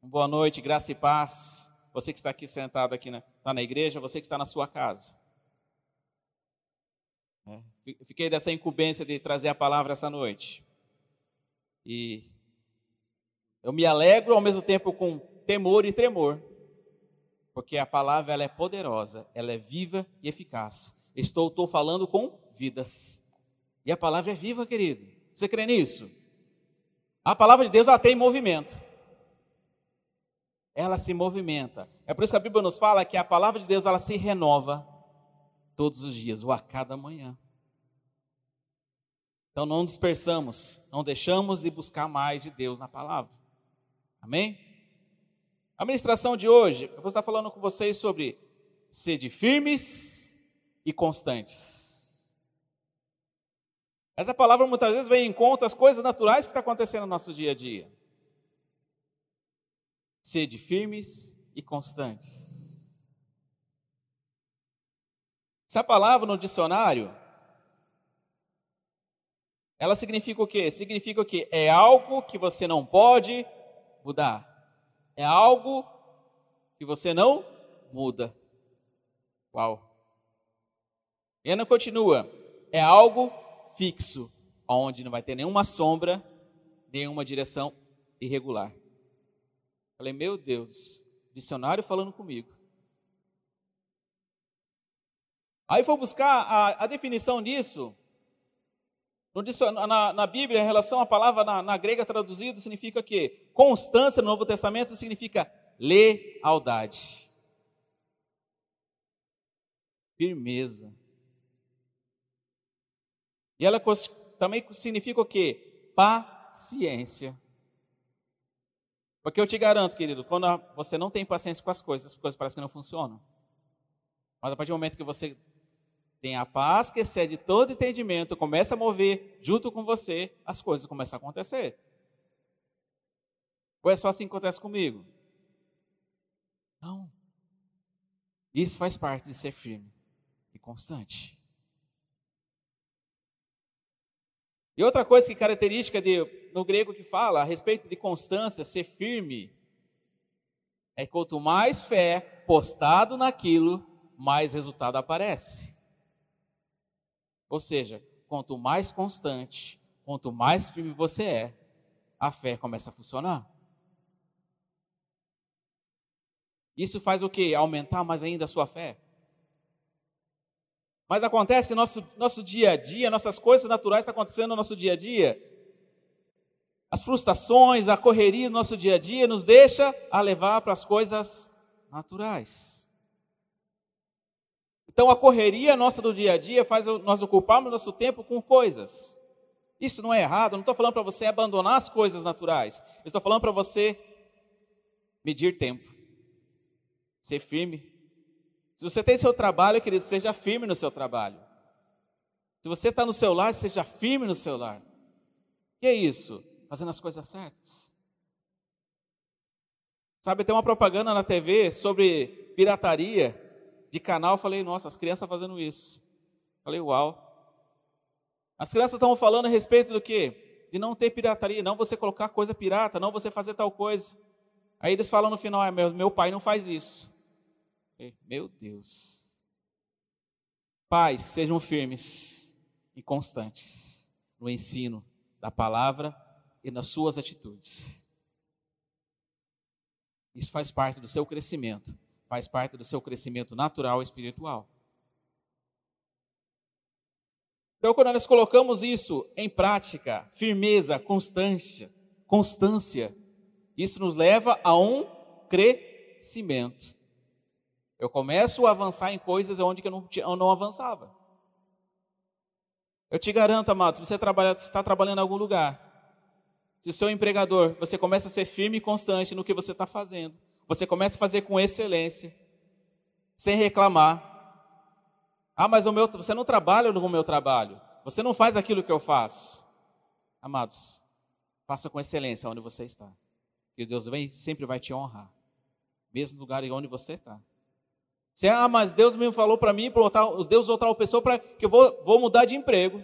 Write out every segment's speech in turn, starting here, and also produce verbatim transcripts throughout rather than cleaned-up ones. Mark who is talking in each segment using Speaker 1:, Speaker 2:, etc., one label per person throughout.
Speaker 1: Boa noite, graça e paz. Você que está aqui sentado aqui na, está na igreja, você que está na sua casa. É, fiquei dessa incumbência de trazer a palavra essa noite. E eu me alegro ao mesmo tempo com temor e tremor, porque a palavra ela é poderosa, ela é viva e eficaz. Estou, estou falando com vidas. E a palavra é viva, querido. Você crê nisso? A palavra de Deus ela tem movimento. Ela se movimenta. É por isso que a Bíblia nos fala que a palavra de Deus ela se renova todos os dias, ou a cada manhã. Então não dispersamos, não deixamos de buscar mais de Deus na palavra. Amém? A ministração de hoje, eu vou estar falando com vocês sobre sede firmes e constantes. Essa palavra muitas vezes vem em conta as coisas naturais que estão acontecendo no nosso dia a dia. Sede firmes e constantes. Essa palavra no dicionário, ela significa o quê? Significa o quê? É algo que você não pode mudar. É algo que você não muda. Uau. E ainda continua. É algo fixo, onde não vai ter nenhuma sombra, nenhuma direção irregular. Falei, meu Deus, dicionário falando comigo. Aí fui buscar a, a definição disso. No dicionário, na, na Bíblia, em relação à palavra na, na grega traduzido, significa que constância no Novo Testamento significa lealdade. Firmeza. E ela também significa o quê? Paciência. Porque eu te garanto, querido, quando você não tem paciência com as coisas, as coisas parecem que não funcionam. Mas a partir do momento que você tem a paz que excede todo entendimento, começa a mover junto com você, as coisas começam a acontecer. Ou é só assim que acontece comigo? Não. Isso faz parte de ser firme e constante. E outra coisa que característica de, no grego que fala a respeito de constância, ser firme, é que quanto mais fé postado naquilo, mais resultado aparece. Ou seja, quanto mais constante, quanto mais firme você é, a fé começa a funcionar. Isso faz o quê? Aumentar mais ainda a sua fé. Mas acontece no nosso, nosso dia a dia, nossas coisas naturais estão acontecendo no nosso dia a dia. As frustrações, a correria do nosso dia a dia nos deixa a levar para as coisas naturais. Então a correria nossa do dia a dia faz nós ocuparmos nosso tempo com coisas. Isso não é errado, eu não estou falando para você abandonar as coisas naturais. Eu estou falando para você medir tempo, ser firme. Se você tem seu trabalho, querido, seja firme no seu trabalho. Se você está no seu lar, seja firme no seu lar. O que é isso? Fazendo as coisas certas. Sabe, tem uma propaganda na T V sobre pirataria de canal. Eu falei, nossa, as crianças fazendo isso. Eu falei, uau. As crianças estão falando a respeito do quê? De não ter pirataria, não você colocar coisa pirata, não você fazer tal coisa. Aí eles falam no final, ah, meu, meu pai não faz isso. Meu Deus. Pais, sejam firmes e constantes no ensino da palavra e nas suas atitudes. Isso faz parte do seu crescimento, faz parte do seu crescimento natural e espiritual. Então, quando nós colocamos isso em prática, firmeza, constância, constância, isso nos leva a um crescimento. Eu começo a avançar em coisas onde eu não, eu não avançava. Eu te garanto, amado, se você trabalha, está trabalhando em algum lugar, se o seu empregador, você começa a ser firme e constante no que você está fazendo, você começa a fazer com excelência, sem reclamar. Ah, mas o meu, você não trabalha no meu trabalho, você não faz aquilo que eu faço. Amados, faça com excelência onde você está, que Deus vem, sempre vai te honrar, mesmo no lugar onde você está. Se, ah, mas Deus me falou para mim, Deus usou outra pessoa para que eu vou, vou mudar de emprego.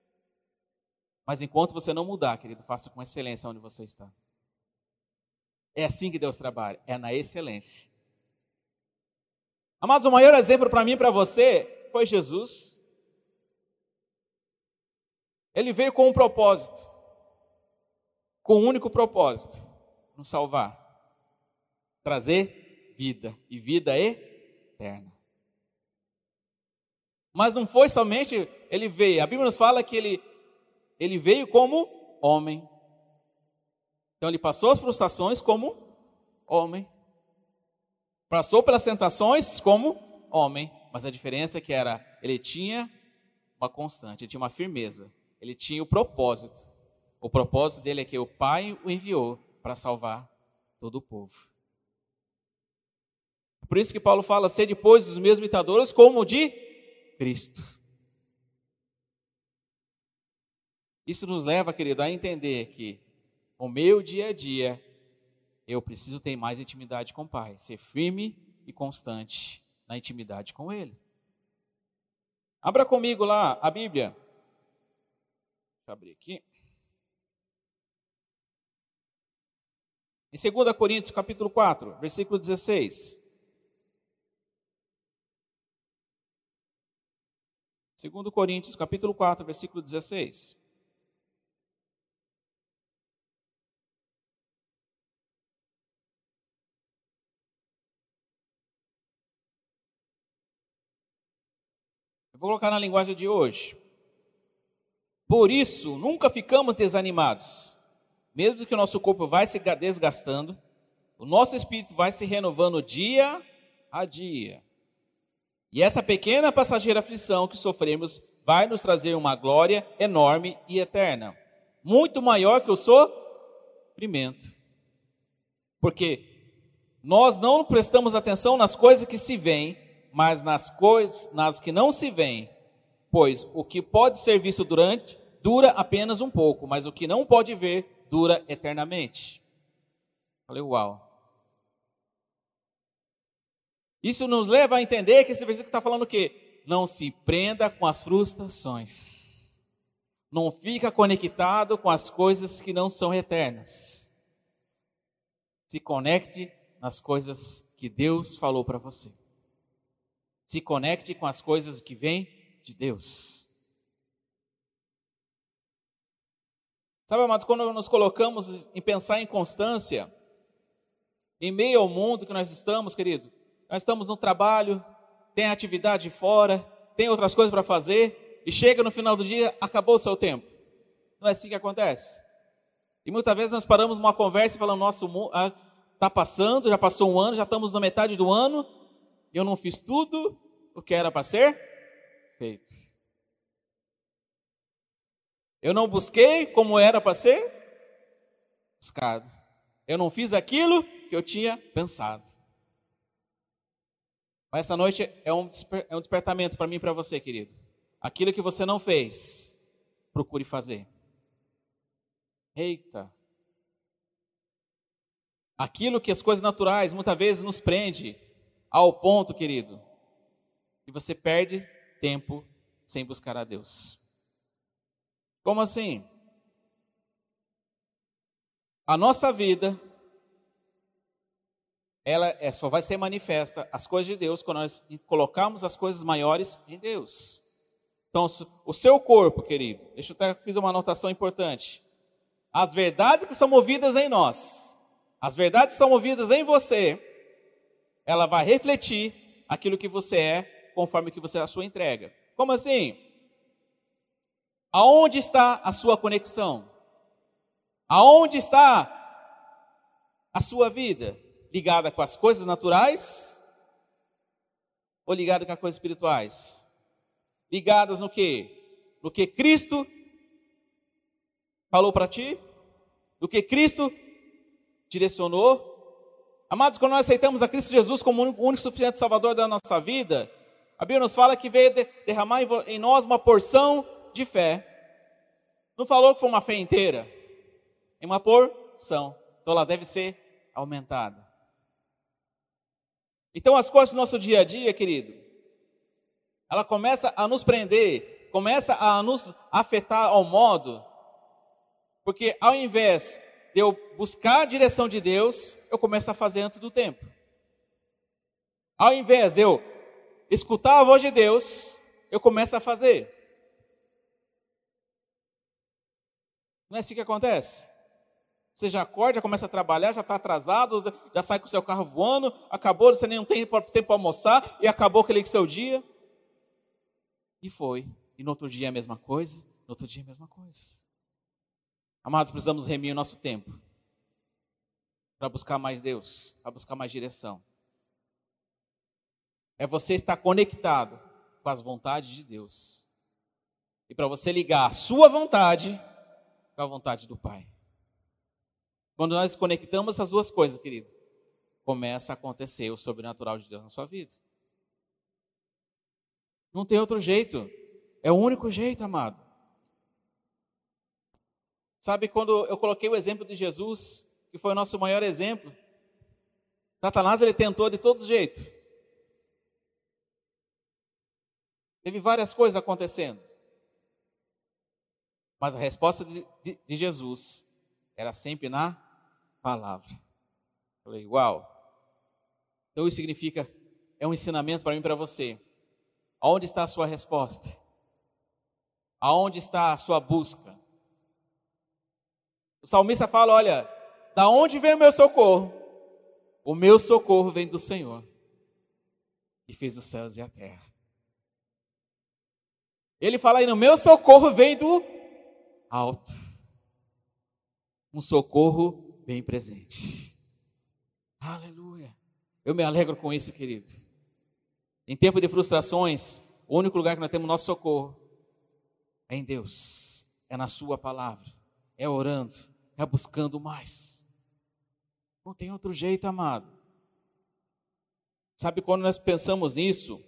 Speaker 1: Mas enquanto você não mudar, querido, faça com excelência onde você está. É assim que Deus trabalha, é na excelência. Amados, o maior exemplo para mim e para você foi Jesus. Ele veio com um propósito, com um único propósito, nos salvar, trazer vida, e vida eterna. Mas não foi somente ele veio, a Bíblia nos fala que ele, ele veio como homem. Então ele passou as frustrações como homem. Passou pelas tentações como homem. Mas a diferença é que era, ele tinha uma constante, ele tinha uma firmeza. Ele tinha o propósito. O propósito dele é que o Pai o enviou para salvar todo o povo. Por isso que Paulo fala, sede, pois, os meus imitadores como de Cristo. Isso nos leva, querido, a entender que o meu dia a dia, eu preciso ter mais intimidade com o Pai, ser firme e constante na intimidade com Ele. Abra comigo lá a Bíblia. Deixa eu abrir aqui. Em segunda Coríntios, capítulo quatro, versículo dezesseis. segunda Coríntios, capítulo quatro, versículo dezesseis. Eu vou colocar na linguagem de hoje. Por isso, nunca ficamos desanimados. Mesmo que o nosso corpo vai se desgastando, o nosso espírito vai se renovando dia a dia. E essa pequena passageira aflição que sofremos vai nos trazer uma glória enorme e eterna, muito maior que o sofrimento. Porque nós não prestamos atenção nas coisas que se veem, mas nas coisas nas que não se veem. Pois o que pode ser visto durante, dura apenas um pouco, mas o que não pode ver, dura eternamente. Falei, uau. Isso nos leva a entender que esse versículo está falando o quê? Não se prenda com as frustrações. Não fica conectado com as coisas que não são eternas. Se conecte nas coisas que Deus falou para você. Se conecte com as coisas que vêm de Deus. Sabe, amados, quando nos colocamos em pensar em constância, em meio ao mundo que nós estamos, querido, nós estamos no trabalho, tem atividade fora, tem outras coisas para fazer, e chega no final do dia, acabou o seu tempo. Não é assim que acontece? E muitas vezes nós paramos numa conversa e falamos, nossa, está passando, já passou um ano, já estamos na metade do ano, e eu não fiz tudo o que era para ser feito. Eu não busquei como era para ser buscado. Eu não fiz aquilo que eu tinha pensado. Mas essa noite é um, desper, é um despertamento para mim e para você, querido. Aquilo que você não fez, procure fazer. Eita! Aquilo que as coisas naturais muitas vezes nos prende ao ponto, querido, que você perde tempo sem buscar a Deus. Como assim? A nossa vida, ela é, só vai ser manifesta, as coisas de Deus, quando nós colocarmos as coisas maiores em Deus. Então, o seu corpo, querido, deixa eu até fiz uma anotação importante. As verdades que são movidas em nós, as verdades que são movidas em você, ela vai refletir aquilo que você é, conforme que você é a sua entrega. Como assim? Aonde está a sua conexão? Aonde está a sua vida? Ligada com as coisas naturais ou ligada com as coisas espirituais? Ligadas no quê? No que Cristo falou para ti? No que Cristo direcionou? Amados, quando nós aceitamos a Cristo Jesus como o único e suficiente Salvador da nossa vida, a Bíblia nos fala que veio derramar em nós uma porção de fé. Não falou que foi uma fé inteira, é uma porção. Então ela deve ser aumentada. Então as coisas do nosso dia a dia, querido, ela começa a nos prender, começa a nos afetar ao modo, porque ao invés de eu buscar a direção de Deus, eu começo a fazer antes do tempo. Ao invés de eu escutar a voz de Deus, eu começo a fazer. Não é assim que acontece? Você já acorda, já começa a trabalhar, já está atrasado, já sai com o seu carro voando, acabou, você nem tem tempo para almoçar, e acabou aquele seu dia. E foi. E no outro dia a mesma coisa, no outro dia a mesma coisa. Amados, precisamos remir o nosso tempo para buscar mais Deus, para buscar mais direção. É você estar conectado com as vontades de Deus. E para você ligar a sua vontade com a vontade do Pai. Quando nós conectamos essas duas coisas, querido, começa a acontecer o sobrenatural de Deus na sua vida. Não tem outro jeito. É o único jeito, amado. Sabe, quando eu coloquei o exemplo de Jesus, que foi o nosso maior exemplo, Satanás, ele tentou de todo jeito. Teve várias coisas acontecendo. Mas a resposta de, de, de Jesus era sempre na palavra. Falei, uau. Então isso significa, é um ensinamento para mim e para você. Aonde está a sua resposta? Aonde está a sua busca? O salmista fala, olha, da onde vem o meu socorro? O meu socorro vem do Senhor, que fez os céus e a terra. Ele fala aí, no meu socorro vem do alto. Um socorro bem presente. Aleluia. Eu me alegro com isso, querido. Em tempo de frustrações, o único lugar que nós temos nosso socorro é em Deus, é na sua palavra, é orando, é buscando mais. Não tem outro jeito, amado. Sabe, quando nós pensamos nisso,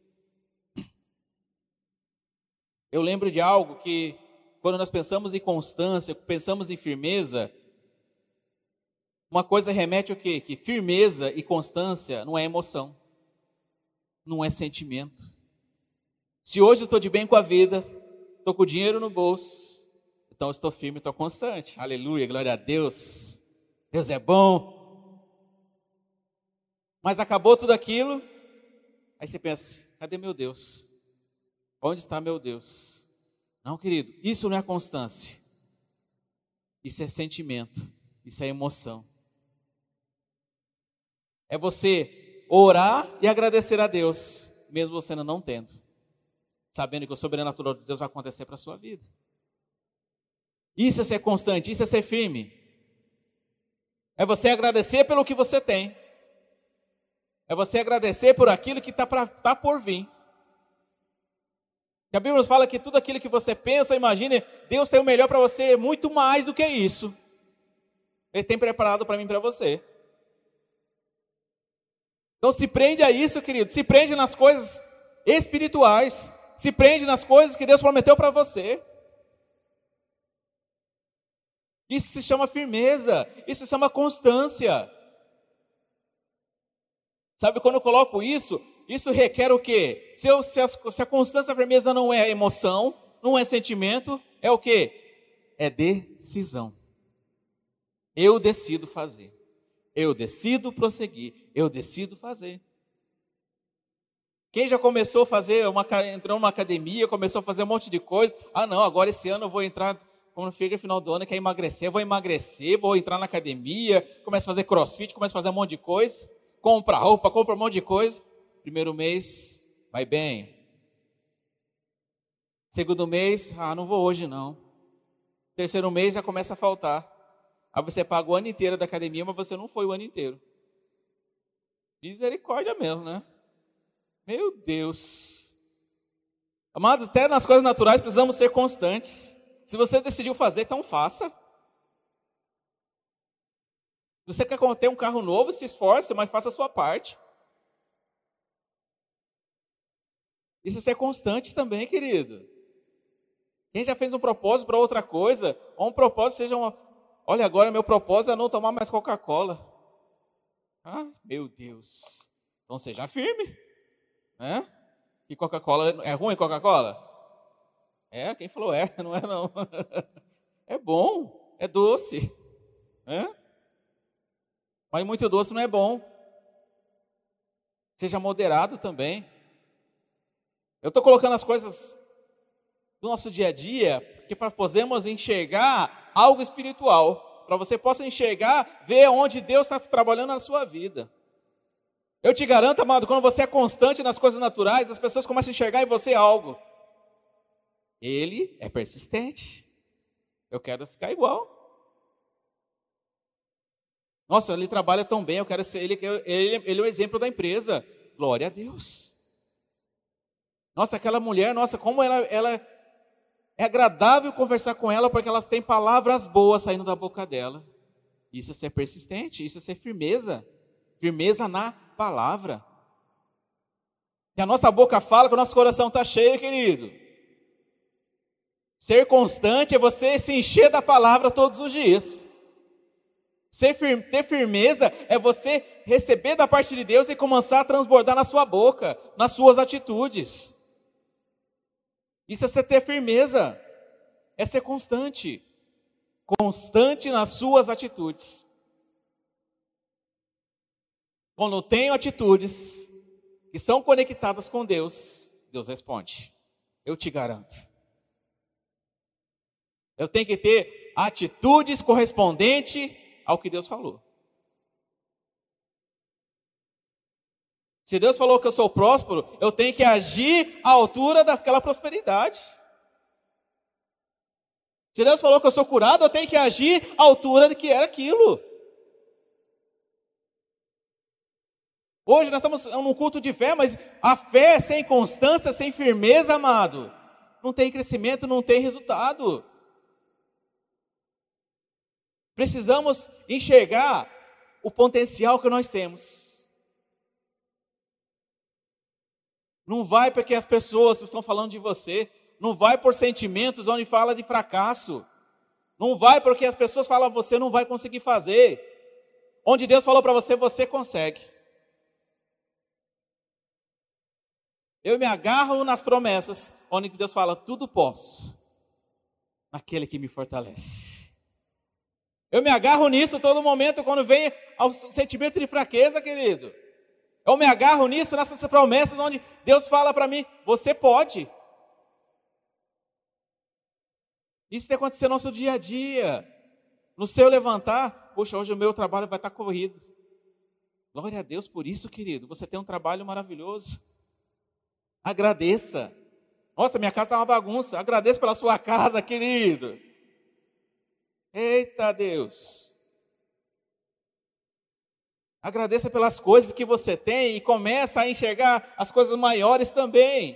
Speaker 1: eu lembro de algo que, quando nós pensamos em constância, pensamos em firmeza, uma coisa remete ao quê? Que firmeza e constância não é emoção, não é sentimento. Se hoje eu estou de bem com a vida, estou com o dinheiro no bolso, então eu estou firme, estou constante. Aleluia, glória a Deus. Deus é bom. Mas acabou tudo aquilo, aí você pensa, cadê meu Deus? Onde está meu Deus? Não, querido, isso não é constância. Isso é sentimento, isso é emoção. É você orar e agradecer a Deus, mesmo você não tendo. Sabendo que o sobrenatural de Deus vai acontecer para a sua vida. Isso é ser constante, isso é ser firme. É você agradecer pelo que você tem. É você agradecer por aquilo que está tá por vir. A Bíblia nos fala que tudo aquilo que você pensa ou imagina, Deus tem o melhor para você, muito mais do que isso. Ele tem preparado para mim e para você. Então se prende a isso, querido. Se prende nas coisas espirituais. Se prende nas coisas que Deus prometeu para você. Isso se chama firmeza. Isso se chama constância. Sabe, quando eu coloco isso, isso requer o quê? Se, eu, se, a, se a constância e a firmeza não é emoção, não é sentimento, é o quê? É decisão. Eu decido fazer. Eu decido prosseguir. Eu decido fazer. Quem já começou a fazer, uma, entrou numa academia, começou a fazer um monte de coisa. Ah não, agora esse ano eu vou entrar, quando fica no final do ano, quer emagrecer, eu vou emagrecer, vou entrar na academia, começa a fazer crossfit, começa a fazer um monte de coisa. Compra roupa, compra um monte de coisa. Primeiro mês, vai bem. Segundo mês, ah, não vou hoje não. Terceiro mês já começa a faltar. Aí você paga o ano inteiro da academia, mas você não foi o ano inteiro. Misericórdia mesmo, né? Meu Deus. Amados, até nas coisas naturais precisamos ser constantes. Se você decidiu fazer, então faça. Se você quer ter um carro novo, se esforce, mas faça a sua parte. Isso é ser constante também, querido. Quem já fez um propósito para outra coisa, ou um propósito seja uma... Olha, agora meu propósito é não tomar mais Coca-Cola. Ah, meu Deus. Então seja firme. Né? Que Coca-Cola... É ruim Coca-Cola? É, quem falou é, não é não. É bom, é doce. Hã? Mas muito doce não é bom. Seja moderado também. Eu estou colocando as coisas do nosso dia a dia, porque para podermos enxergar algo espiritual, para você possa enxergar, ver onde Deus está trabalhando na sua vida. Eu te garanto, amado, quando você é constante nas coisas naturais, as pessoas começam a enxergar em você algo. Ele é persistente. Eu quero ficar igual. Nossa, ele trabalha tão bem, eu quero ser ele, ele, ele é o exemplo da empresa. Glória a Deus. Nossa, aquela mulher, nossa, como ela, ela é agradável conversar com ela, porque elas têm palavras boas saindo da boca dela. Isso é ser persistente, isso é ser firmeza. Firmeza na palavra. E a nossa boca fala que o nosso coração está cheio, querido. Ser constante é você se encher da palavra todos os dias. Ser firme, ter firmeza é você receber da parte de Deus e começar a transbordar na sua boca, nas suas atitudes. Isso é você ter firmeza, é ser constante. Constante nas suas atitudes. Quando eu tenho atitudes que são conectadas com Deus, Deus responde. Eu te garanto. Eu tenho que ter atitudes correspondentes ao que Deus falou. Se Deus falou que eu sou próspero, eu tenho que agir à altura daquela prosperidade. Se Deus falou que eu sou curado, eu tenho que agir à altura de que era aquilo. Hoje nós estamos num culto de fé, mas a fé sem constância, sem firmeza, amado, não tem crescimento, não tem resultado. Precisamos enxergar o potencial que nós temos. Não vai porque as pessoas estão falando de você. Não vai por sentimentos onde fala de fracasso. Não vai porque as pessoas falam você não vai conseguir fazer. Onde Deus falou para você, você consegue. Eu me agarro nas promessas, onde Deus fala, tudo posso, naquele que me fortalece. Eu me agarro nisso todo momento, quando vem o sentimento de fraqueza, querido. Eu me agarro nisso, nessas promessas, onde Deus fala para mim, você pode. Isso tem que acontecer no nosso dia a dia. No seu levantar, poxa, hoje o meu trabalho vai estar corrido. Glória a Deus por isso, querido. Você tem um trabalho maravilhoso. Agradeça. Nossa, minha casa está uma bagunça. Agradeça pela sua casa, querido. Eita Deus. Agradeça pelas coisas que você tem e começa a enxergar as coisas maiores também.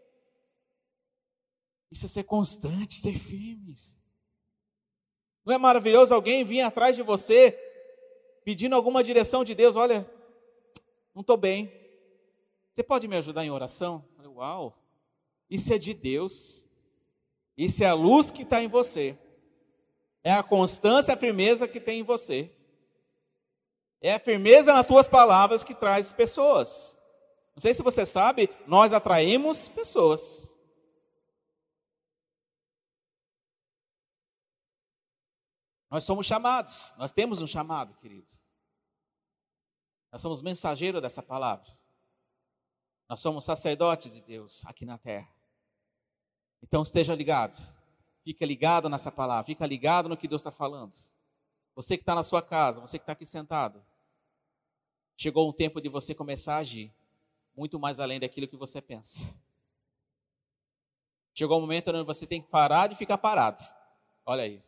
Speaker 1: Isso é ser constante, ser firmes. Não é maravilhoso alguém vir atrás de você pedindo alguma direção de Deus? Olha, não estou bem. Você pode me ajudar em oração? Eu falei, uau, isso é de Deus. Isso é a luz que está em você. É a constância, a firmeza que tem em você. É a firmeza nas tuas palavras que traz pessoas. Não sei se você sabe, nós atraímos pessoas. Nós somos chamados, nós temos um chamado, querido. Nós somos mensageiros dessa palavra. Nós somos sacerdotes de Deus aqui na terra. Então esteja ligado. Fica ligado nessa palavra, fica ligado no que Deus está falando. Você que está na sua casa, você que está aqui sentado. Chegou um tempo de você começar a agir. Muito mais além daquilo que você pensa. Chegou um momento onde você tem que parar de ficar parado. Olha aí.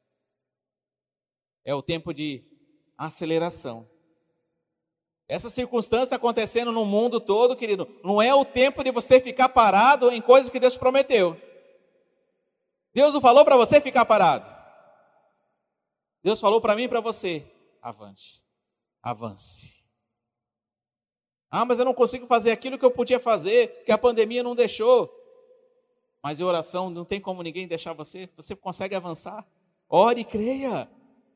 Speaker 1: É o tempo de aceleração. Essa circunstância está acontecendo no mundo todo, querido. Não é o tempo de você ficar parado em coisas que Deus te prometeu. Deus não falou para você ficar parado. Deus falou para mim e para você, avante, avance. Ah, mas eu não consigo fazer aquilo que eu podia fazer, que a pandemia não deixou. Mas em oração não tem como ninguém deixar você. Você consegue avançar. Ore e creia.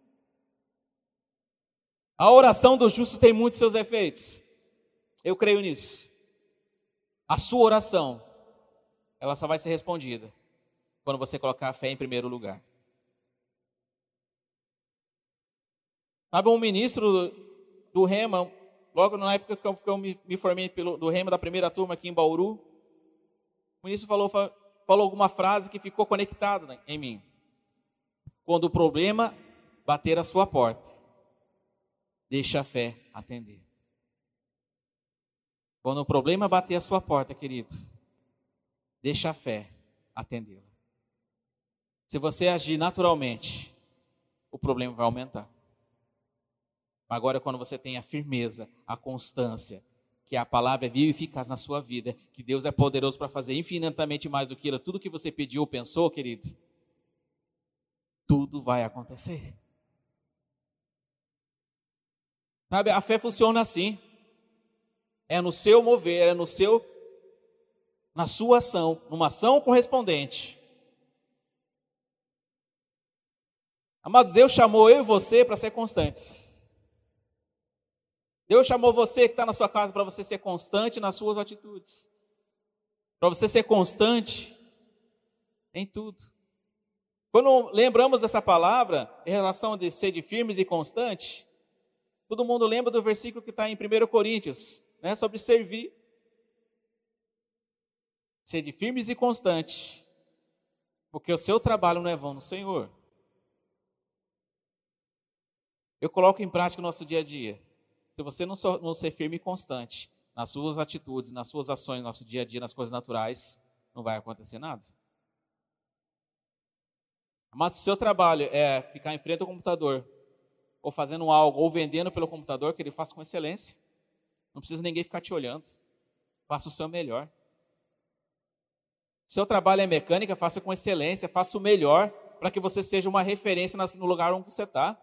Speaker 1: A oração do justo tem muitos seus efeitos. Eu creio nisso. A sua oração, ela só vai ser respondida quando você colocar a fé em primeiro lugar. Sabe, um ministro do Rema, logo na época que eu, que eu me, me formei pelo, do Rema, da primeira turma aqui em Bauru, o ministro falou, falou alguma frase que ficou conectada em mim. Quando o problema bater a sua porta, deixa a fé atender. Quando o problema bater a sua porta, querido, deixa a fé atendê-la. Se você agir naturalmente, o problema vai aumentar. Agora, quando você tem a firmeza, a constância, que a palavra é viva e eficaz na sua vida, que Deus é poderoso para fazer infinitamente mais do que ele, tudo que você pediu ou pensou, querido, tudo vai acontecer. Sabe, a fé funciona assim. É no seu mover, é no seu, na sua ação, numa ação correspondente. Amados, Deus chamou eu e você para ser constantes. Deus chamou você que está na sua casa para você ser constante nas suas atitudes. Para você ser constante em tudo. Quando lembramos dessa palavra, em relação de ser de firmes e constante, todo mundo lembra do versículo que está em primeira Coríntios, né, sobre servir. Ser de firmes e constante, porque o seu trabalho não é vão no Senhor. Eu coloco em prática o nosso dia a dia. Se você não, so, não ser firme e constante nas suas atitudes, nas suas ações, no nosso dia a dia, nas coisas naturais, não vai acontecer nada. Mas se o seu trabalho é ficar em frente ao computador, ou fazendo algo, ou vendendo pelo computador, que ele faça com excelência. Não precisa ninguém ficar te olhando. Faça o seu melhor. Se o seu trabalho é mecânica, faça com excelência, faça o melhor, para que você seja uma referência no lugar onde você está.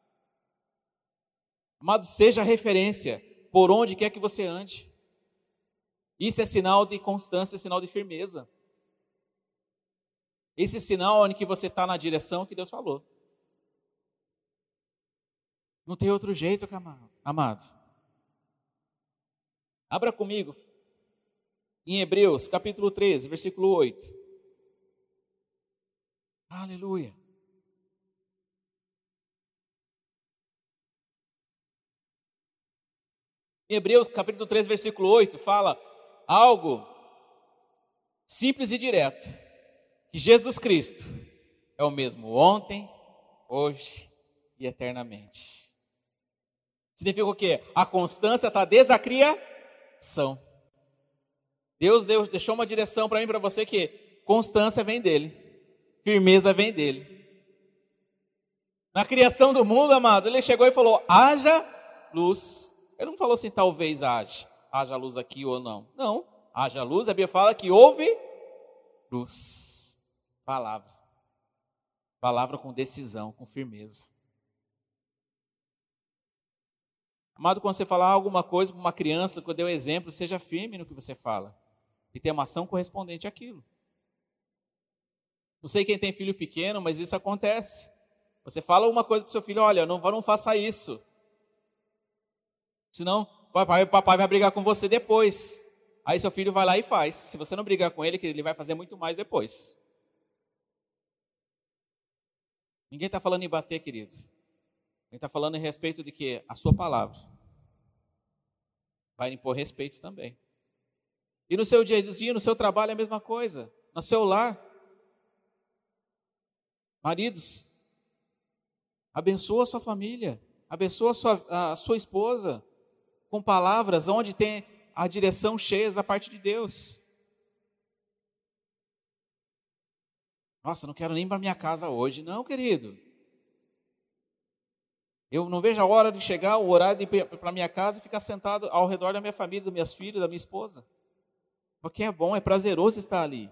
Speaker 1: Amado, seja referência por onde quer que você ande. Isso é sinal de constância, é sinal de firmeza. Esse é sinal onde que você está na direção que Deus falou. Não tem outro jeito, amado. Abra comigo em Hebreus, capítulo treze, versículo oito. Aleluia. Em Hebreus, capítulo treze, versículo oito, fala algo simples e direto. Que Jesus Cristo é o mesmo ontem, hoje e eternamente. Significa o quê? A constância está desde a criação. Deus deu, deixou uma direção para mim e para você que constância vem dele. Firmeza vem dele. Na criação do mundo, amado, ele chegou e falou, haja luz. Ele não falou assim, talvez haja, haja luz aqui ou não. Não, haja luz, a Bíblia fala que houve luz. Palavra. Palavra com decisão, com firmeza. Amado, quando você falar alguma coisa para uma criança, quando deu exemplo, seja firme no que você fala. E tenha uma ação correspondente àquilo. Não sei quem tem filho pequeno, mas isso acontece. Você fala uma coisa para o seu filho, olha, não, não faça isso. Senão, papai, papai vai brigar com você depois. Aí seu filho vai lá e faz. Se você não brigar com ele, ele vai fazer muito mais depois. Ninguém está falando em bater, querido. Ele está falando em respeito de que a sua palavra vai impor respeito também. E no seu dia a dia, no seu trabalho é a mesma coisa. No seu lar. Maridos, abençoa a sua família. Abençoa a sua, a sua esposa com palavras onde tem a direção cheia da parte de Deus. Nossa, não quero nem ir para minha casa hoje. Não, querido. Eu não vejo a hora de chegar, o horário de ir para minha casa e ficar sentado ao redor da minha família, das minhas filhas, da minha esposa. Porque é bom, é prazeroso estar ali.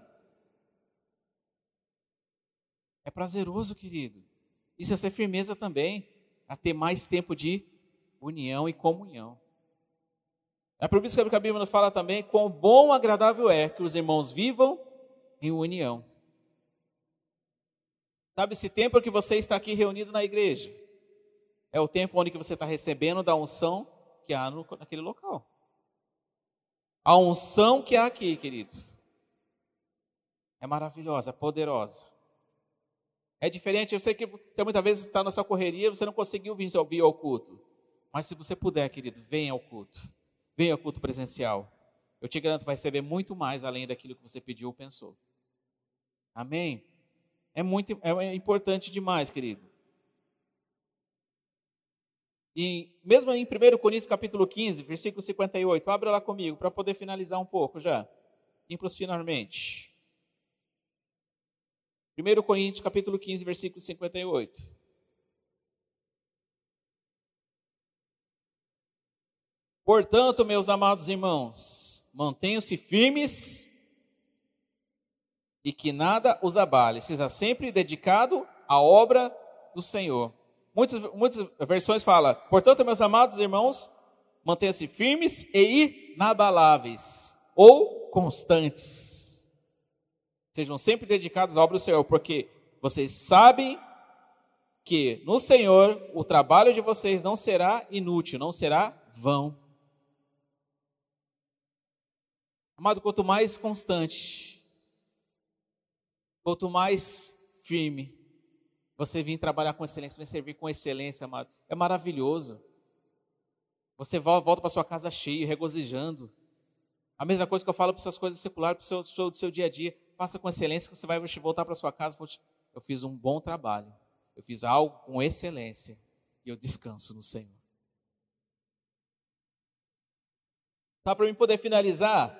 Speaker 1: É prazeroso, querido. Isso é ser firmeza também, a ter mais tempo de união e comunhão. É por isso que a Bíblia nos fala também quão bom e agradável é que os irmãos vivam em união. Sabe, esse tempo que você está aqui reunido na igreja, é o tempo onde você está recebendo da unção que há no, naquele local. A unção que há aqui, querido, é maravilhosa, é poderosa. É diferente, eu sei que você muitas vezes está na sua correria, você não conseguiu vir, vir ao culto. Mas se você puder, querido, venha ao culto. Venha ao culto presencial. Eu te garanto, vai receber muito mais além daquilo que você pediu ou pensou. Amém? É muito é importante demais, querido. E mesmo em primeiro Coríntios capítulo quinze, versículo cinquenta e oito, abra lá comigo para poder finalizar um pouco já. Impros finalmente. primeiro Coríntios capítulo quinze, versículo cinquenta e oito. Portanto, meus amados irmãos, mantenham-se firmes e que nada os abale. Seja sempre dedicado à obra do Senhor. Muitas, muitas versões falam, portanto, meus amados irmãos, mantenham-se firmes e inabaláveis, ou constantes. Sejam sempre dedicados à obra do Senhor, porque vocês sabem que no Senhor o trabalho de vocês não será inútil, não será vão. Amado, quanto mais constante, quanto mais firme, você vir trabalhar com excelência, vai servir com excelência, amado, é maravilhoso. Você volta para sua casa cheio, regozijando. A mesma coisa que eu falo para suas coisas seculares, para o seu, seu, seu dia a dia, faça com excelência, que você vai voltar para sua casa, eu fiz um bom trabalho, eu fiz algo com excelência, e eu descanso no Senhor. Tá, para mim poder finalizar,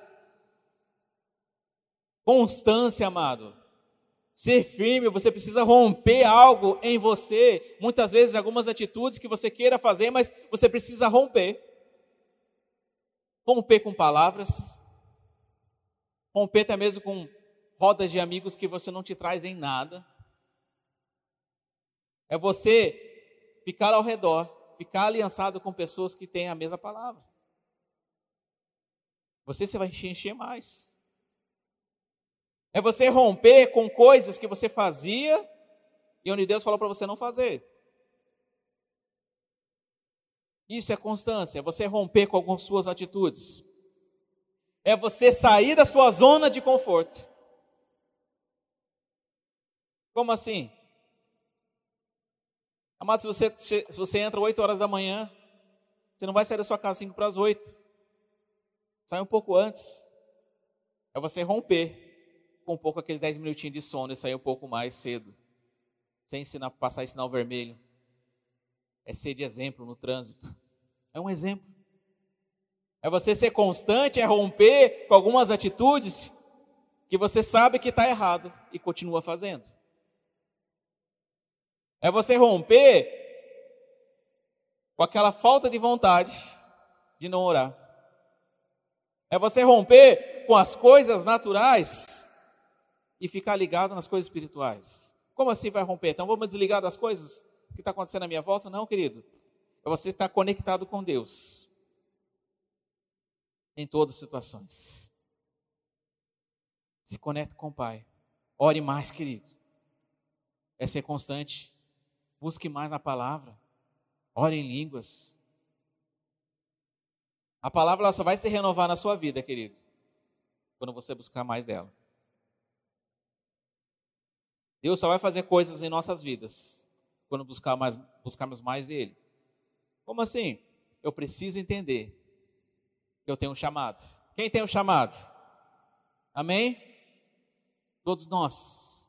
Speaker 1: constância, amado. Ser firme, você precisa romper algo em você. Muitas vezes, algumas atitudes que você queira fazer, mas você precisa romper. Romper com palavras. Romper até mesmo com rodas de amigos que você não te traz em nada. É você ficar ao redor, ficar aliançado com pessoas que têm a mesma palavra. Você se vai encher mais. É você romper com coisas que você fazia e onde Deus falou para você não fazer. Isso é constância, é você romper com algumas suas atitudes. É você sair da sua zona de conforto. Como assim? Amado, se você, se você entra oito horas da manhã, você não vai sair da sua casa cinco para as oito. Sai um pouco antes. É você romper com um pouco aqueles dez minutinhos de sono e sair um pouco mais cedo, sem ensinar, passar em sinal vermelho. É ser de exemplo no trânsito. É um exemplo. É você ser constante, é romper com algumas atitudes que você sabe que está errado e continua fazendo. É você romper com aquela falta de vontade de não orar. É você romper com as coisas naturais e ficar ligado nas coisas espirituais. Como assim vai romper? Então vamos desligar das coisas que está acontecendo à minha volta? Não, querido. É você estar conectado com Deus. Em todas as situações. Se conecte com o Pai. Ore mais, querido. É ser constante. Busque mais na palavra. Ore em línguas. A palavra ela só vai se renovar na sua vida, querido, quando você buscar mais dela. Deus só vai fazer coisas em nossas vidas quando buscar mais, buscarmos mais dele. Como assim? Eu preciso entender que eu tenho um chamado. Quem tem um chamado? Amém? Todos nós.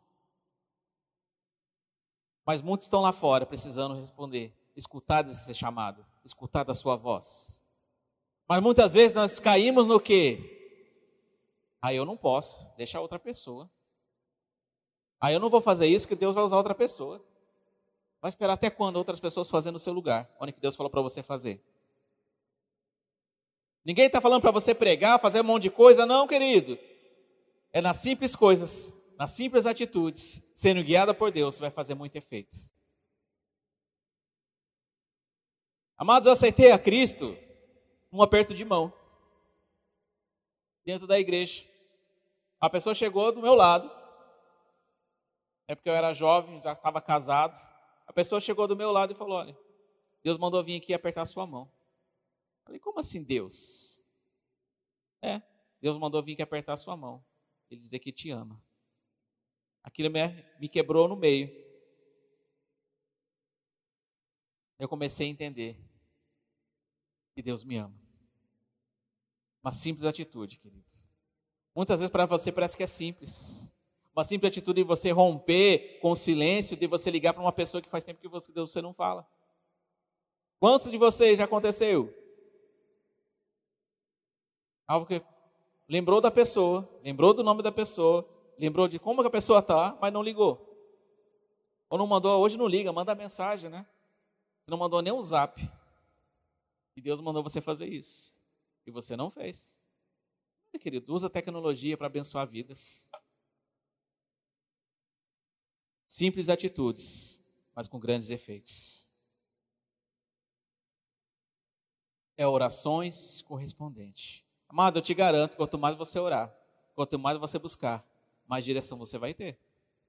Speaker 1: Mas muitos estão lá fora precisando responder, escutar desse chamado, escutar da sua voz. Mas muitas vezes nós caímos no quê? Ah, eu não posso, deixa a outra pessoa. Ah, eu não vou fazer isso que Deus vai usar outra pessoa. Vai esperar até quando outras pessoas fazendo no seu lugar, onde que Deus falou para você fazer? Ninguém está falando para você pregar, fazer um monte de coisa, não, querido. É nas simples coisas, nas simples atitudes, sendo guiada por Deus, você vai fazer muito efeito. Amados, eu aceitei a Cristo num aperto de mão, dentro da igreja. A pessoa chegou do meu lado, é porque eu era jovem, já estava casado. A pessoa chegou do meu lado e falou, olha, Deus mandou vir aqui apertar a sua mão. Eu falei, como assim Deus? É, Deus mandou vir aqui apertar a sua mão. Ele dizer que te ama. Aquilo me, me quebrou no meio. eu comecei a entender que Deus me ama. Uma simples atitude, querido. Muitas vezes para você parece que é simples. Uma simples atitude de você romper com o silêncio, de você ligar para uma pessoa que faz tempo que você, você não fala. Quantos de vocês já aconteceu? Algo que lembrou da pessoa, lembrou do nome da pessoa, lembrou de como a pessoa está, mas não ligou. Ou não mandou, hoje não liga, manda mensagem, né? Você não mandou nem um zap. E Deus mandou você fazer isso. E você não fez. Querido, usa a tecnologia para abençoar vidas. Simples atitudes, mas com grandes efeitos. É orações correspondentes. Amado, eu te garanto, quanto mais você orar, quanto mais você buscar, mais direção você vai ter.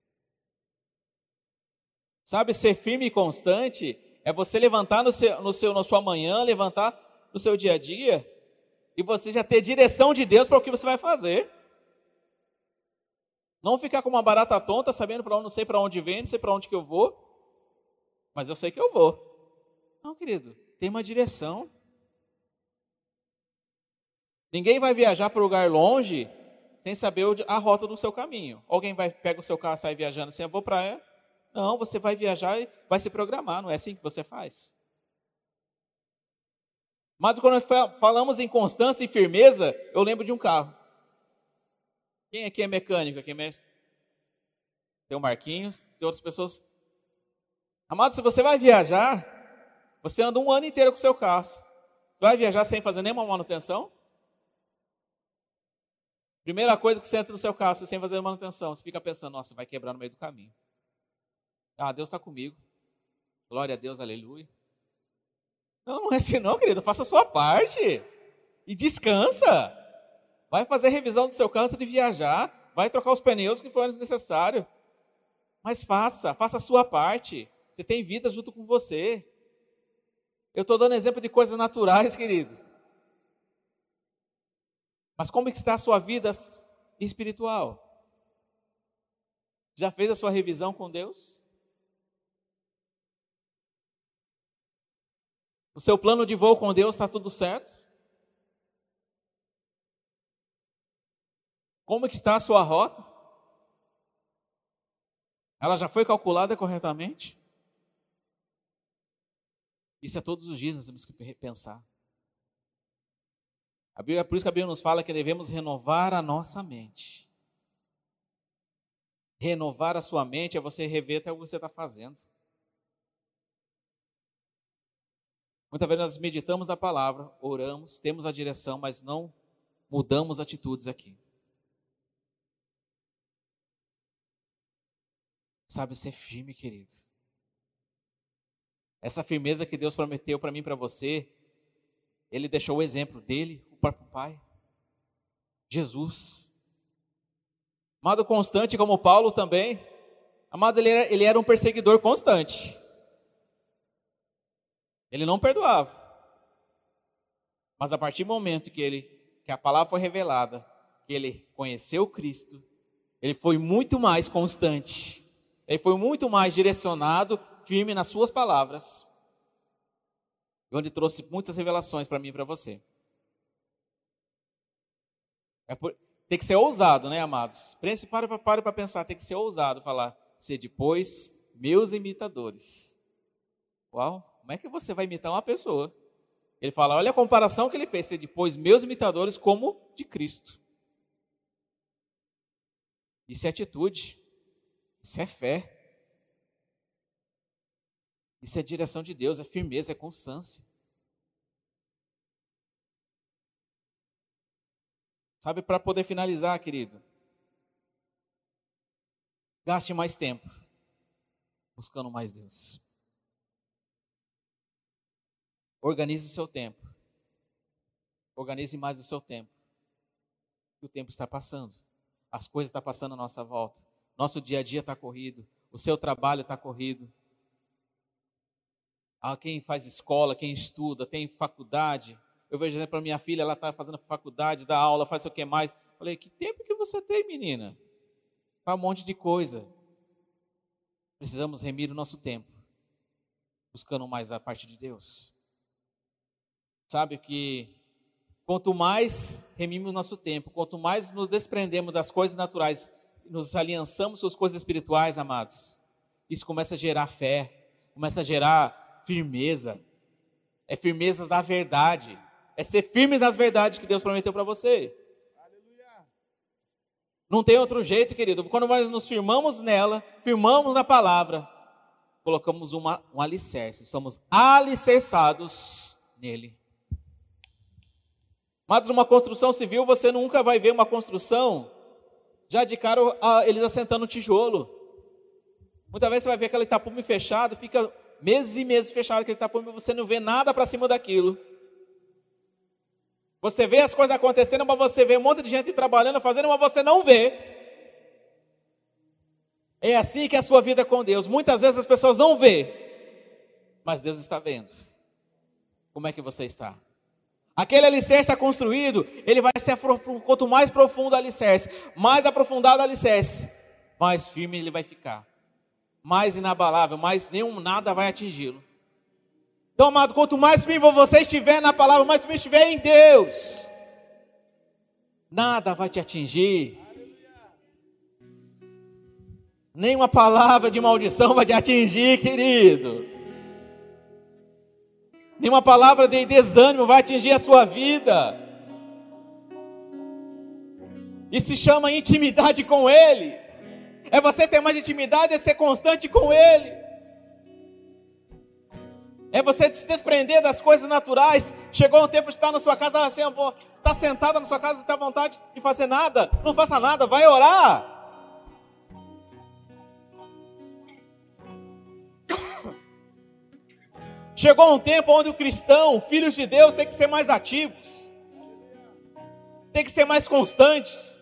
Speaker 1: Sabe, ser firme e constante é você levantar no seu, no seu, na sua manhã, levantar no seu dia a dia, e você já ter direção de Deus para o que você vai fazer. Não ficar com uma barata tonta, sabendo para onde, não sei para onde vem, não sei para onde que eu vou, mas eu sei que eu vou. Não, querido, tem uma direção. Ninguém vai viajar para um lugar longe sem saber a rota do seu caminho. Alguém vai pega o seu carro e sai viajando assim, eu vou para... Não, você vai viajar e vai se programar, não é assim que você faz. Mas quando falamos em constância e firmeza, eu lembro de um carro. Quem aqui é mecânico? Quem mexe? Tem o Marquinhos, tem outras pessoas. Amado, se você vai viajar, você anda um ano inteiro com o seu carro. Você vai viajar sem fazer nenhuma manutenção? Primeira coisa que você entra no seu carro, sem fazer manutenção, você fica pensando, nossa, vai quebrar no meio do caminho. Ah, Deus está comigo. Glória a Deus, aleluia. Não, não é assim não, querido. Faça a sua parte. E descansa. Vai fazer revisão do seu carro antes de viajar. Vai trocar os pneus que for necessário. Mas faça, faça a sua parte. Você tem vida junto com você. Eu estou dando exemplo de coisas naturais, querido. Mas como está a sua vida espiritual? Já fez a sua revisão com Deus? O seu plano de voo com Deus está tudo certo? Como que está a sua rota? Ela já foi calculada corretamente? Isso é todos os dias nós temos que repensar. A Bíblia, por isso que a Bíblia nos fala que devemos renovar a nossa mente. Renovar a sua mente é você rever até o que você está fazendo. Muitas vezes nós meditamos na palavra, oramos, temos a direção, mas não mudamos atitudes aqui. Sabe, ser firme, querido. Essa firmeza que Deus prometeu para mim e para você, Ele deixou o exemplo dele, o próprio Pai, Jesus. Amado, constante como Paulo também. Amados, ele era, ele era um perseguidor constante. Ele não perdoava. Mas a partir do momento que, ele, que a palavra foi revelada, que ele conheceu Cristo, ele foi muito mais constante. Ele foi muito mais direcionado, firme nas suas palavras. Onde trouxe muitas revelações para mim e para você. É por, tem que ser ousado, né, amados? Pense, para para pensar, tem que ser ousado falar, ser depois meus imitadores. Uau! Como é que você vai imitar uma pessoa? Ele fala, olha a comparação que ele fez, ser depois meus imitadores como de Cristo. Isso é atitude, isso é fé. Isso é direção de Deus, é firmeza, é constância. Sabe, para poder finalizar, querido, gaste mais tempo buscando mais Deus. Organize o seu tempo. Organize mais o seu tempo. O tempo está passando. As coisas estão passando à nossa volta. Nosso dia a dia está corrido. O seu trabalho está corrido. Ah, quem faz escola, quem estuda, tem faculdade. Eu vejo, exemplo, a minha filha, ela está fazendo faculdade, dá aula, faz o que mais. Falei, que tempo que você tem, menina? Faz um monte de coisa. Precisamos remir o nosso tempo. buscando mais a parte de Deus. Sabe que quanto mais remimos nosso tempo, quanto mais nos desprendemos das coisas naturais, nos aliançamos com as coisas espirituais, amados, isso começa a gerar fé, começa a gerar firmeza. É firmeza da verdade. É ser firmes nas verdades que Deus prometeu para você. Não tem outro jeito, querido. Quando nós nos firmamos nela, firmamos na palavra, colocamos uma, um alicerce. Somos alicerçados nele. Mas numa construção civil, você nunca vai ver uma construção já de cara eles assentando tijolo. Muitas vezes você vai ver aquele tapume fechado, fica meses e meses fechado aquele tapume, você não vê nada para cima daquilo. Você vê as coisas acontecendo, mas você vê um monte de gente trabalhando, fazendo, mas você não vê. É assim que é a sua vida com Deus. Muitas vezes as pessoas não vê, mas Deus está vendo. Como é que você está? Aquele alicerce está construído, ele vai ser, quanto mais profundo o alicerce, mais aprofundado o alicerce, mais firme ele vai ficar. Mais inabalável, mais nenhum nada vai atingi-lo. Então, amado, quanto mais firme você estiver na palavra, mais firme estiver em Deus, nada vai te atingir. Nenhuma palavra de maldição vai te atingir, querido. Nenhuma palavra de desânimo vai atingir a sua vida. Isso se chama intimidade com Ele. É você ter mais intimidade, é ser constante com Ele. É você se desprender das coisas naturais. Chegou um tempo de estar na sua casa, assim, eu vou estar sentada na sua casa e ter vontade de fazer nada. Não faça nada, vai orar. Chegou um tempo onde o cristão, filhos de Deus, tem que ser mais ativos. Tem que ser mais constantes.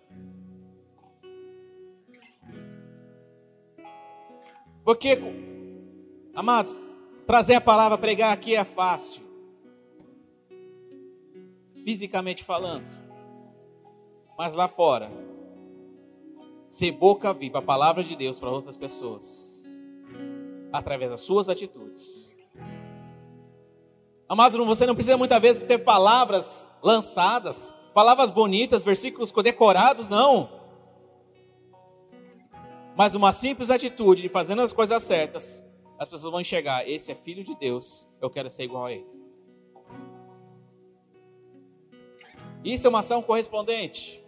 Speaker 1: Porque, amados, trazer a palavra, pregar aqui é fácil. Fisicamente falando. Mas lá fora, ser boca viva, a palavra de Deus para outras pessoas. Através das suas atitudes. Amados, você não precisa muitas vezes ter palavras lançadas, palavras bonitas, versículos decorados, não. Mas uma simples atitude de fazendo as coisas certas, as pessoas vão enxergar, esse é filho de Deus, eu quero ser igual a ele. Isso é uma ação correspondente.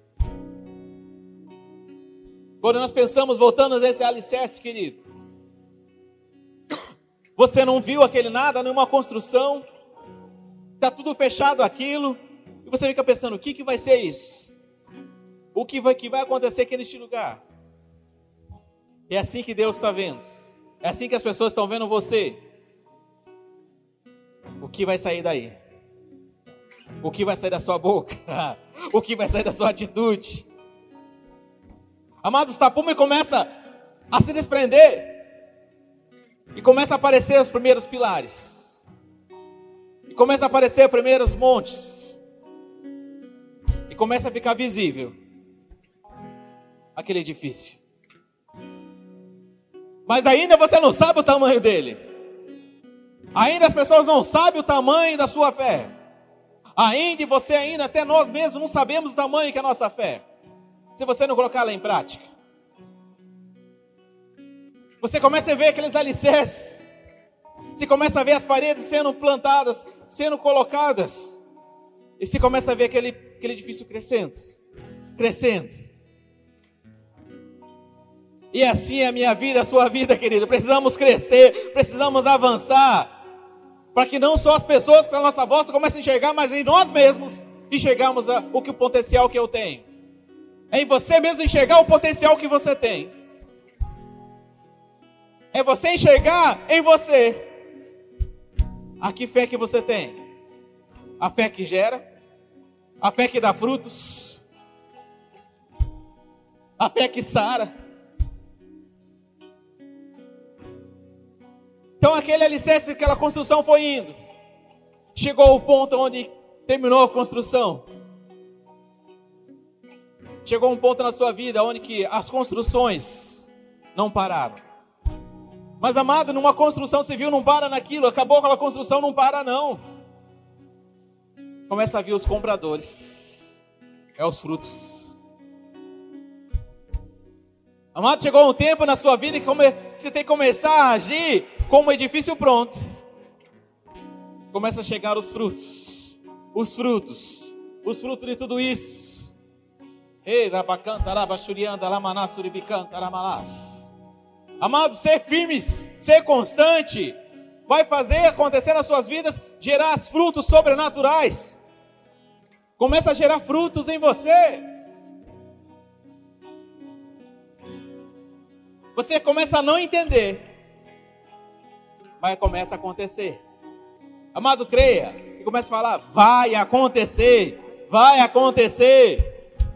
Speaker 1: Quando nós pensamos, voltando a esse alicerce, querido, você não viu aquele nada, nenhuma construção, está tudo fechado aquilo, e você fica pensando, o que, que vai ser isso? O que vai, que vai acontecer aqui neste lugar? É assim que Deus está vendo, é assim que as pessoas estão vendo você. O que vai sair daí? O que vai sair da sua boca? O que vai sair da sua atitude? Amados, o tapume começa a se desprender. E começa a aparecer os primeiros pilares. E começa a aparecer os primeiros montes. E começa a ficar visível aquele edifício. Mas ainda você não sabe o tamanho dele. Ainda as pessoas não sabem o tamanho da sua fé. Ainda você ainda, até nós mesmos, não sabemos o tamanho que é a nossa fé. Se você não colocar ela em prática. Você começa a ver aqueles alicerces. Você começa a ver as paredes sendo plantadas, sendo colocadas. E você começa a ver aquele, aquele edifício crescendo. Crescendo. E assim é a minha vida, a sua vida, querido. Precisamos crescer, precisamos avançar. Para que não só as pessoas que estão à nossa volta comecem a enxergar, mas em nós mesmos enxergamos a, o, que, o potencial que eu tenho. É em você mesmo enxergar o potencial que você tem. É você enxergar em você a que fé que você tem. A fé que gera, a fé que dá frutos, a fé que sara. Então aquele alicerce, aquela construção foi indo. Chegou ao ponto onde terminou a construção. Chegou um ponto na sua vida onde que as construções não pararam. Mas, amado, numa construção civil não para naquilo. Acabou aquela construção, não para não. Começa a vir os compradores. É os frutos. Amado, chegou um tempo na sua vida que você tem que começar a agir como um edifício pronto. Começa a chegar os frutos. Os frutos. Os frutos de tudo isso. Ei, rabacanta, rabachurianda, lamaná, suribicanta, ramalás. Amado, ser firmes, ser constante, vai fazer acontecer nas suas vidas, gerar frutos sobrenaturais. Começa a gerar frutos em você. Você começa a não entender, mas começa a acontecer. Amado, creia, e começa a falar, vai acontecer, vai acontecer.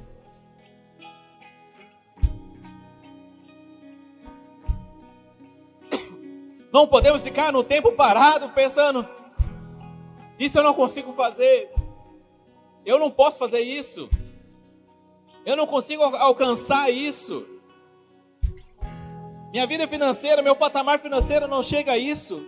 Speaker 1: Não podemos ficar no tempo parado pensando, isso eu não consigo fazer, eu não posso fazer isso, eu não consigo alcançar isso, minha vida financeira, meu patamar financeiro não chega a isso.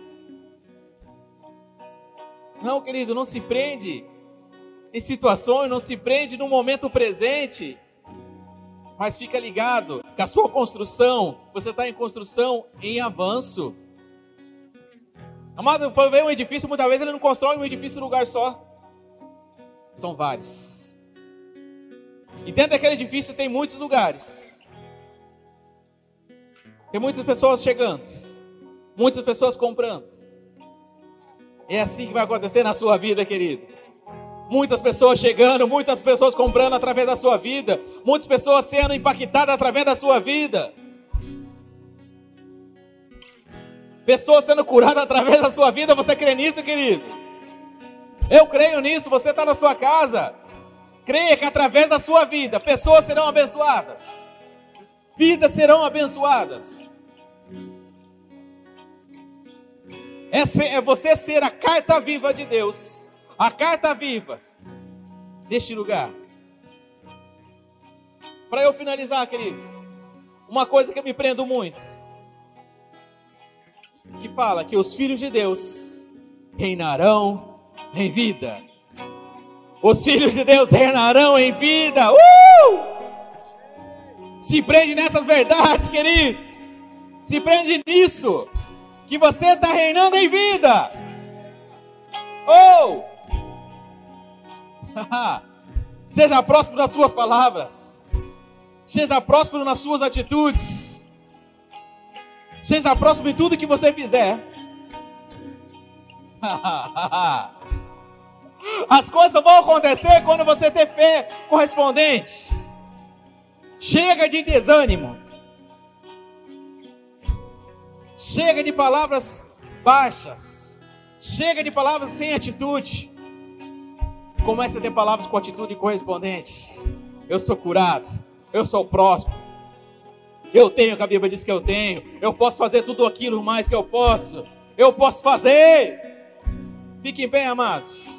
Speaker 1: Não, querido, não se prende em situações, não se prende no momento presente, mas fica ligado que a sua construção, você está em construção em avanço. Amado, para ver um edifício, muitas vezes ele não constrói um edifício num lugar só. São vários. E dentro daquele edifício tem muitos lugares. Tem muitas pessoas chegando. Muitas pessoas comprando. É assim que vai acontecer na sua vida, querido. Muitas pessoas chegando, muitas pessoas comprando através da sua vida. Muitas pessoas sendo impactadas através da sua vida. Pessoas sendo curadas através da sua vida. Você crê nisso, querido? Eu creio nisso. Você está na sua casa. Creia que através da sua vida, pessoas serão abençoadas. Vidas serão abençoadas. É você ser a carta viva de Deus. A carta viva deste lugar. Para eu finalizar, querido, uma coisa que eu me prendo muito. Que fala que os filhos de Deus reinarão em vida. Os filhos de Deus reinarão em vida. Uh! Se prende nessas verdades, querido. Se prende nisso. Que você está reinando em vida. Oh! Seja próspero nas suas palavras. Seja próspero nas suas atitudes. Seja próximo em tudo que você fizer. As coisas vão acontecer quando você ter fé correspondente. Chega de desânimo. Chega de palavras baixas. Chega de palavras sem atitude. Comece a ter palavras com atitude correspondente. Eu sou curado. Eu sou próspero. Eu tenho o que a Bíblia diz que eu tenho. Eu posso fazer tudo aquilo mais que eu posso. Eu posso fazer. Fique em pé, amados.